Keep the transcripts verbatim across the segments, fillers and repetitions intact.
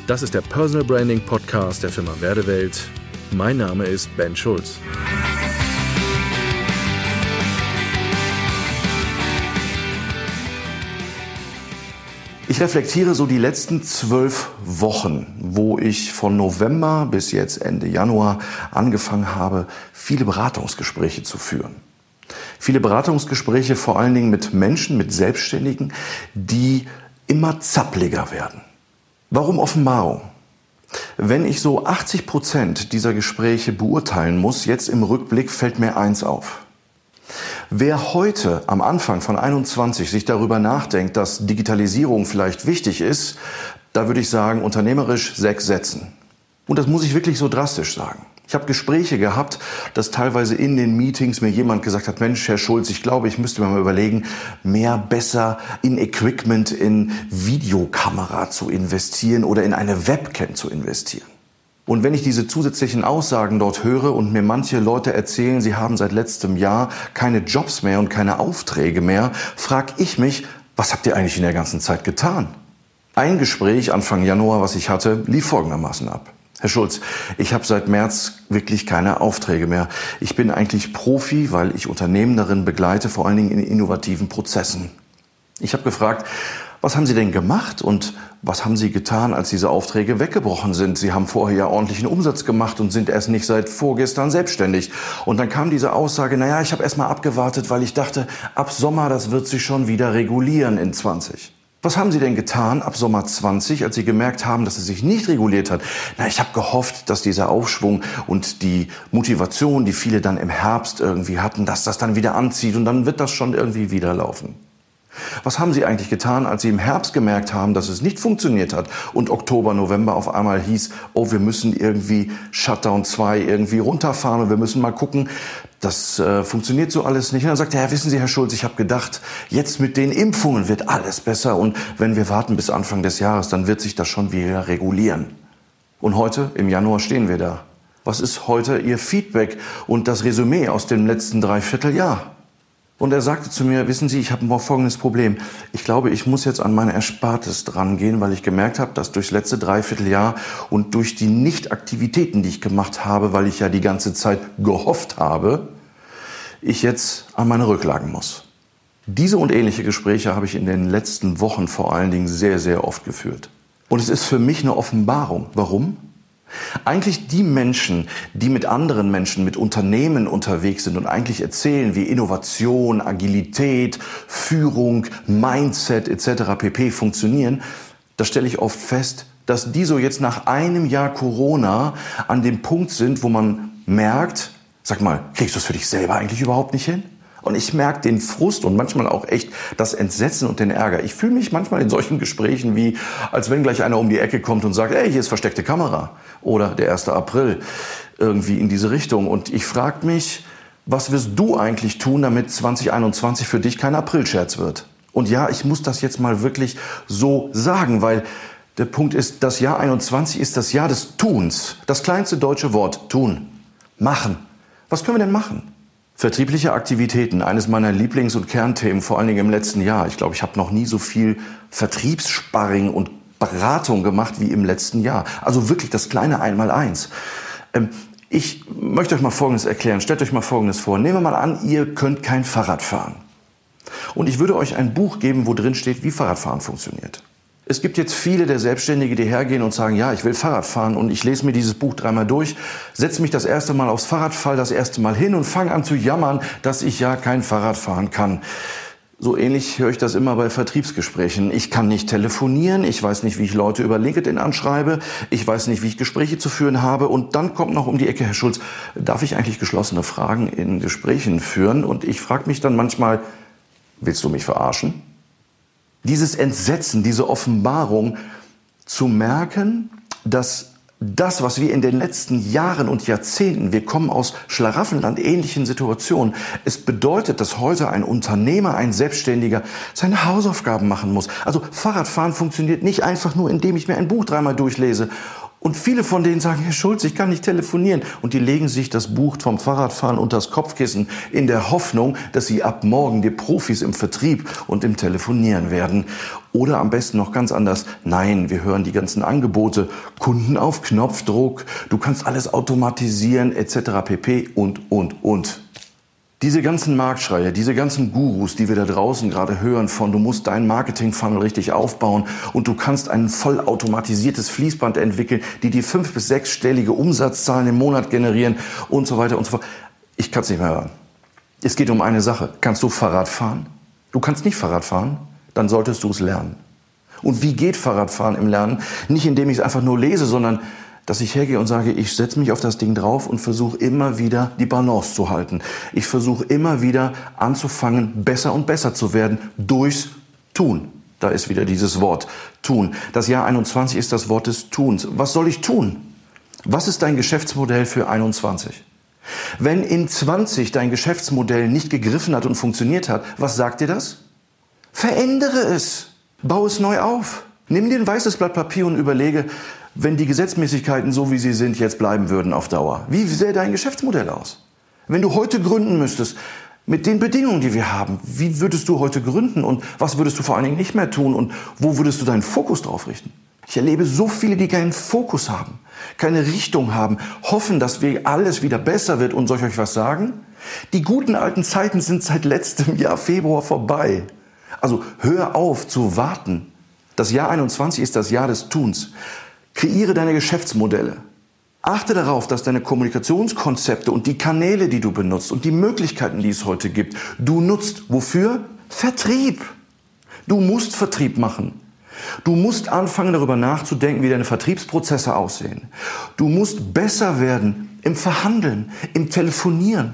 Das ist der Personal Branding Podcast der Firma Werdewelt. Mein Name ist Ben Schulz. Ich reflektiere so die letzten zwölf Wochen, wo ich von November bis jetzt Ende Januar angefangen habe, viele Beratungsgespräche zu führen. Viele Beratungsgespräche vor allen Dingen mit Menschen, mit Selbstständigen, die immer zappliger werden. Warum Offenbarung? Wenn ich so achtzig Prozent dieser Gespräche beurteilen muss, jetzt im Rückblick fällt mir eins auf. Wer heute am Anfang von einundzwanzig sich darüber nachdenkt, dass Digitalisierung vielleicht wichtig ist, da würde ich sagen, unternehmerisch sechs Sätzen. Und das muss ich wirklich so drastisch sagen. Ich habe Gespräche gehabt, dass teilweise in den Meetings mir jemand gesagt hat, Mensch, Herr Schulz, ich glaube, ich müsste mir mal überlegen, mehr besser in Equipment, in Videokamera zu investieren oder in eine Webcam zu investieren. Und wenn ich diese zusätzlichen Aussagen dort höre und mir manche Leute erzählen, sie haben seit letztem Jahr keine Jobs mehr und keine Aufträge mehr, frage ich mich, was habt ihr eigentlich in der ganzen Zeit getan? Ein Gespräch Anfang Januar, was ich hatte, lief folgendermaßen ab. Herr Schulz, ich habe seit März wirklich keine Aufträge mehr. Ich bin eigentlich Profi, weil ich Unternehmen darin begleite, vor allen Dingen in innovativen Prozessen. Ich habe gefragt, was haben Sie denn gemacht und was haben Sie getan, als diese Aufträge weggebrochen sind? Sie haben vorher ja ordentlichen Umsatz gemacht und sind erst nicht seit vorgestern selbstständig. Und dann kam diese Aussage, naja, ich habe erst mal abgewartet, weil ich dachte, ab Sommer, das wird sich schon wieder regulieren in zwanzig. Was haben Sie denn getan ab Sommer zwanzig, als Sie gemerkt haben, dass es sich nicht reguliert hat? Na, ich habe gehofft, dass dieser Aufschwung und die Motivation, die viele dann im Herbst irgendwie hatten, dass das dann wieder anzieht und dann wird das schon irgendwie wieder laufen. Was haben Sie eigentlich getan, als Sie im Herbst gemerkt haben, dass es nicht funktioniert hat und Oktober, November auf einmal hieß, oh, wir müssen irgendwie Shutdown zwei irgendwie runterfahren und wir müssen mal gucken, das äh, funktioniert so alles nicht. Und dann sagt er, ja, wissen Sie, Herr Schulz, ich habe gedacht, jetzt mit den Impfungen wird alles besser und wenn wir warten bis Anfang des Jahres, dann wird sich das schon wieder regulieren. Und heute, im Januar, stehen wir da. Was ist heute Ihr Feedback und das Resümee aus dem letzten Dreivierteljahr? Und er sagte zu mir, wissen Sie, ich habe ein folgendes Problem. Ich glaube, ich muss jetzt an meine Erspartes drangehen, weil ich gemerkt habe, dass durchs letzte Dreivierteljahr und durch die Nichtaktivitäten, die ich gemacht habe, weil ich ja die ganze Zeit gehofft habe, ich jetzt an meine Rücklagen muss. Diese und ähnliche Gespräche habe ich in den letzten Wochen vor allen Dingen sehr, sehr oft geführt. Und es ist für mich eine Offenbarung. Warum? Eigentlich die Menschen, die mit anderen Menschen, mit Unternehmen unterwegs sind und eigentlich erzählen, wie Innovation, Agilität, Führung, Mindset et cetera pp. Funktionieren, da stelle ich oft fest, dass die so jetzt nach einem Jahr Corona an dem Punkt sind, wo man merkt, sag mal, kriegst du es für dich selber eigentlich überhaupt nicht hin? Und ich merke den Frust und manchmal auch echt das Entsetzen und den Ärger. Ich fühle mich manchmal in solchen Gesprächen wie, als wenn gleich einer um die Ecke kommt und sagt, ey, hier ist versteckte Kamera. Oder der erste April, irgendwie in diese Richtung. Und ich frage mich, was wirst du eigentlich tun, damit zwanzig einundzwanzig für dich kein Aprilscherz wird? Und ja, ich muss das jetzt mal wirklich so sagen, weil der Punkt ist, das Jahr einundzwanzig ist das Jahr des Tuns. Das kleinste deutsche Wort, tun, machen. Was können wir denn machen? Vertriebliche Aktivitäten, eines meiner Lieblings- und Kernthemen, vor allen Dingen im letzten Jahr. Ich glaube, ich habe noch nie so viel Vertriebssparring und Beratung gemacht wie im letzten Jahr. Also wirklich das kleine Einmaleins. Ähm, ich möchte euch mal Folgendes erklären. Stellt euch mal Folgendes vor. Nehmen wir mal an, ihr könnt kein Fahrrad fahren. Und ich würde euch ein Buch geben, wo drin steht, wie Fahrradfahren funktioniert. Es gibt jetzt viele der Selbstständige, die hergehen und sagen, ja, ich will Fahrrad fahren und ich lese mir dieses Buch dreimal durch, setze mich das erste Mal aufs Fahrrad, fall das erste Mal hin und fange an zu jammern, dass ich ja kein Fahrrad fahren kann. So ähnlich höre ich das immer bei Vertriebsgesprächen. Ich kann nicht telefonieren, ich weiß nicht, wie ich Leute über LinkedIn anschreibe, ich weiß nicht, wie ich Gespräche zu führen habe und dann kommt noch um die Ecke, Herr Schulz, darf ich eigentlich geschlossene Fragen in Gesprächen führen? Und ich frage mich dann manchmal, willst du mich verarschen? Dieses Entsetzen, diese Offenbarung zu merken, dass das, was wir in den letzten Jahren und Jahrzehnten, wir kommen aus Schlaraffenland ähnlichen Situationen, es bedeutet, dass heute ein Unternehmer, ein Selbstständiger seine Hausaufgaben machen muss. Also Fahrradfahren funktioniert nicht einfach nur, indem ich mir ein Buch dreimal durchlese Und viele von denen sagen, Herr Schulz, ich kann nicht telefonieren. Und die legen sich das Buch vom Fahrradfahren unter das Kopfkissen in der Hoffnung, dass sie ab morgen die Profis im Vertrieb und im Telefonieren werden. Oder am besten noch ganz anders. Nein, wir hören die ganzen Angebote. Kunden auf Knopfdruck, du kannst alles automatisieren et cetera pp. und, und, und. Diese ganzen Marktschreier, diese ganzen Gurus, die wir da draußen gerade hören von, du musst deinen Marketing-Funnel richtig aufbauen und du kannst ein vollautomatisiertes Fließband entwickeln, die die fünf- bis sechsstellige Umsatzzahlen im Monat generieren und so weiter und so fort. Ich kann es nicht mehr hören. Es geht um eine Sache. Kannst du Fahrrad fahren? Du kannst nicht Fahrrad fahren? Dann solltest du es lernen. Und wie geht Fahrradfahren im Lernen? Nicht indem ich es einfach nur lese, sondern dass ich hergehe und sage, ich setze mich auf das Ding drauf und versuche immer wieder die Balance zu halten. Ich versuche immer wieder anzufangen, besser und besser zu werden durchs Tun. Da ist wieder dieses Wort, tun. Das Jahr einundzwanzig ist das Wort des Tuns. Was soll ich tun? Was ist dein Geschäftsmodell für einundzwanzig? Wenn in zwanzig dein Geschäftsmodell nicht gegriffen hat und funktioniert hat, was sagt dir das? Verändere es. Bau es neu auf. Nimm dir ein weißes Blatt Papier und überlege, wenn die Gesetzmäßigkeiten so wie sie sind jetzt bleiben würden auf Dauer. Wie sähe dein Geschäftsmodell aus? Wenn du heute gründen müsstest, mit den Bedingungen, die wir haben, wie würdest du heute gründen und was würdest du vor allen Dingen nicht mehr tun und wo würdest du deinen Fokus drauf richten? Ich erlebe so viele, die keinen Fokus haben, keine Richtung haben, hoffen, dass wir alles wieder besser wird und soll ich euch was sagen? Die guten alten Zeiten sind seit letztem Jahr Februar vorbei. Also hör auf zu warten. Das Jahr einundzwanzig ist das Jahr des Tuns. Kreiere deine Geschäftsmodelle. Achte darauf, dass deine Kommunikationskonzepte und die Kanäle, die du benutzt und die Möglichkeiten, die es heute gibt, du nutzt. Wofür? Vertrieb. Du musst Vertrieb machen. Du musst anfangen, darüber nachzudenken, wie deine Vertriebsprozesse aussehen. Du musst besser werden im Verhandeln, im Telefonieren.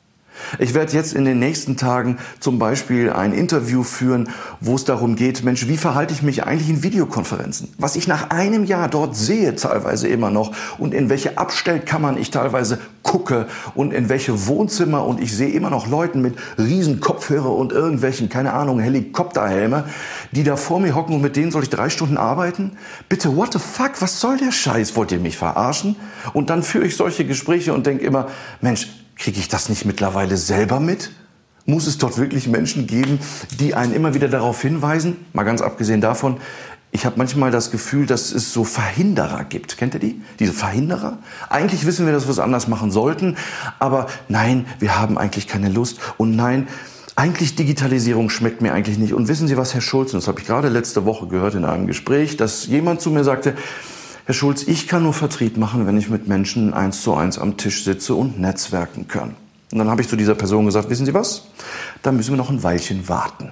Ich werde jetzt in den nächsten Tagen zum Beispiel ein Interview führen, wo es darum geht, Mensch, wie verhalte ich mich eigentlich in Videokonferenzen? Was ich nach einem Jahr dort sehe, teilweise immer noch, und in welche Abstellkammern ich teilweise gucke und in welche Wohnzimmer, und ich sehe immer noch Leute mit riesen Kopfhörer und irgendwelchen, keine Ahnung, Helikopterhelme, die da vor mir hocken und mit denen soll ich drei Stunden arbeiten? Bitte, what the fuck, was soll der Scheiß? Wollt ihr mich verarschen? Und dann führe ich solche Gespräche und denke immer, Mensch, kriege ich das nicht mittlerweile selber mit? Muss es dort wirklich Menschen geben, die einen immer wieder darauf hinweisen? Mal ganz abgesehen davon, ich habe manchmal das Gefühl, dass es so Verhinderer gibt. Kennt ihr die? Diese Verhinderer? Eigentlich wissen wir, dass wir es anders machen sollten, aber nein, wir haben eigentlich keine Lust und nein, eigentlich Digitalisierung schmeckt mir eigentlich nicht. Und wissen Sie was, Herr Schulz, und das habe ich gerade letzte Woche gehört in einem Gespräch, dass jemand zu mir sagte, Herr Schulz, ich kann nur Vertrieb machen, wenn ich mit Menschen eins zu eins am Tisch sitze und netzwerken kann. Und dann habe ich zu dieser Person gesagt, wissen Sie was? Da müssen wir noch ein Weilchen warten.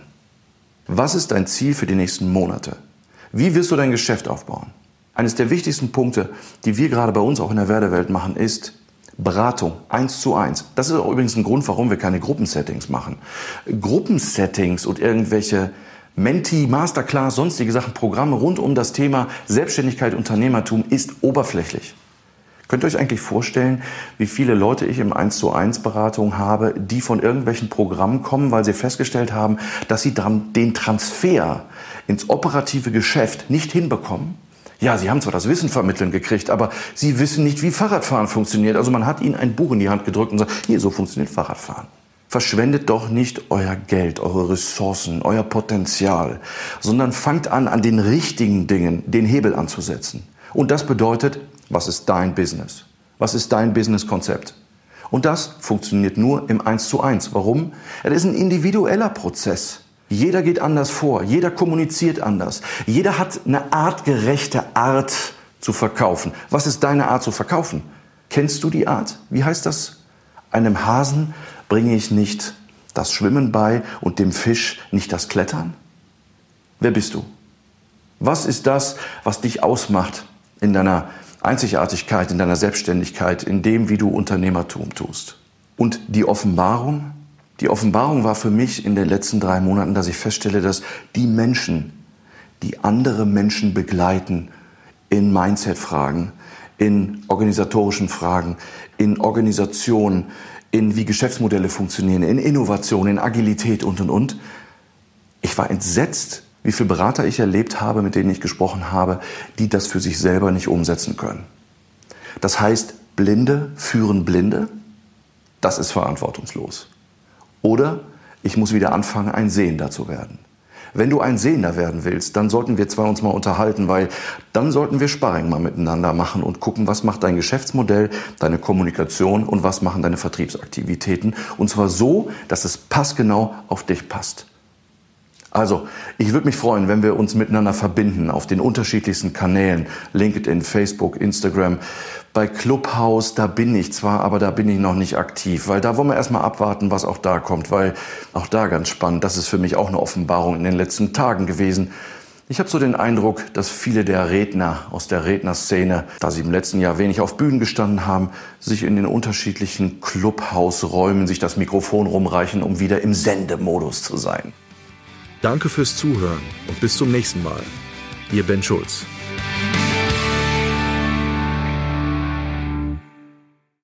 Was ist dein Ziel für die nächsten Monate? Wie wirst du dein Geschäft aufbauen? Eines der wichtigsten Punkte, die wir gerade bei uns auch in der Werdewelt machen, ist Beratung, eins zu eins. Das ist auch übrigens ein Grund, warum wir keine Gruppensettings machen. Gruppensettings und irgendwelche Menti, Masterclass, sonstige Sachen, Programme rund um das Thema Selbstständigkeit, Unternehmertum ist oberflächlich. Könnt ihr euch eigentlich vorstellen, wie viele Leute ich im eins zu eins Beratung habe, die von irgendwelchen Programmen kommen, weil sie festgestellt haben, dass sie dann den Transfer ins operative Geschäft nicht hinbekommen? Ja, sie haben zwar das Wissen vermitteln gekriegt, aber sie wissen nicht, wie Fahrradfahren funktioniert. Also man hat ihnen ein Buch in die Hand gedrückt und sagt, hier, so funktioniert Fahrradfahren. Verschwendet doch nicht euer Geld, eure Ressourcen, euer Potenzial, sondern fangt an, an den richtigen Dingen den Hebel anzusetzen. Und das bedeutet, was ist dein Business? Was ist dein Businesskonzept? Und das funktioniert nur im eins zu eins. Warum? Es ist ein individueller Prozess. Jeder geht anders vor, jeder kommuniziert anders. Jeder hat eine artgerechte Art zu verkaufen. Was ist deine Art zu verkaufen? Kennst du die Art? Wie heißt das? Einem Hasen bringe ich nicht das Schwimmen bei und dem Fisch nicht das Klettern? Wer bist du? Was ist das, was dich ausmacht in deiner Einzigartigkeit, in deiner Selbstständigkeit, in dem, wie du Unternehmertum tust? Und die Offenbarung? Die Offenbarung war für mich in den letzten drei Monaten, dass ich feststelle, dass die Menschen, die andere Menschen begleiten in Mindset-Fragen, in organisatorischen Fragen, in Organisation, in wie Geschäftsmodelle funktionieren, in Innovation, in Agilität und, und, und. Ich war entsetzt, wie viele Berater ich erlebt habe, mit denen ich gesprochen habe, die das für sich selber nicht umsetzen können. Das heißt, Blinde führen Blinde, das ist verantwortungslos. Oder ich muss wieder anfangen, ein Sehender zu werden. Wenn du ein Sehender werden willst, dann sollten wir zwei uns mal unterhalten, weil dann sollten wir Sparring mal miteinander machen und gucken, was macht dein Geschäftsmodell, deine Kommunikation und was machen deine Vertriebsaktivitäten. Und zwar so, dass es passgenau auf dich passt. Also, ich würde mich freuen, wenn wir uns miteinander verbinden auf den unterschiedlichsten Kanälen, LinkedIn, Facebook, Instagram. Bei Clubhouse, da bin ich zwar, aber da bin ich noch nicht aktiv, weil da wollen wir erstmal abwarten, was auch da kommt, weil auch da ganz spannend, das ist für mich auch eine Offenbarung in den letzten Tagen gewesen. Ich habe so den Eindruck, dass viele der Redner aus der Rednerszene, da sie im letzten Jahr wenig auf Bühnen gestanden haben, sich in den unterschiedlichen Clubhouse-Räumen sich das Mikrofon rumreichen, um wieder im Sendemodus zu sein. Danke fürs Zuhören und bis zum nächsten Mal. Ihr Ben Schulz.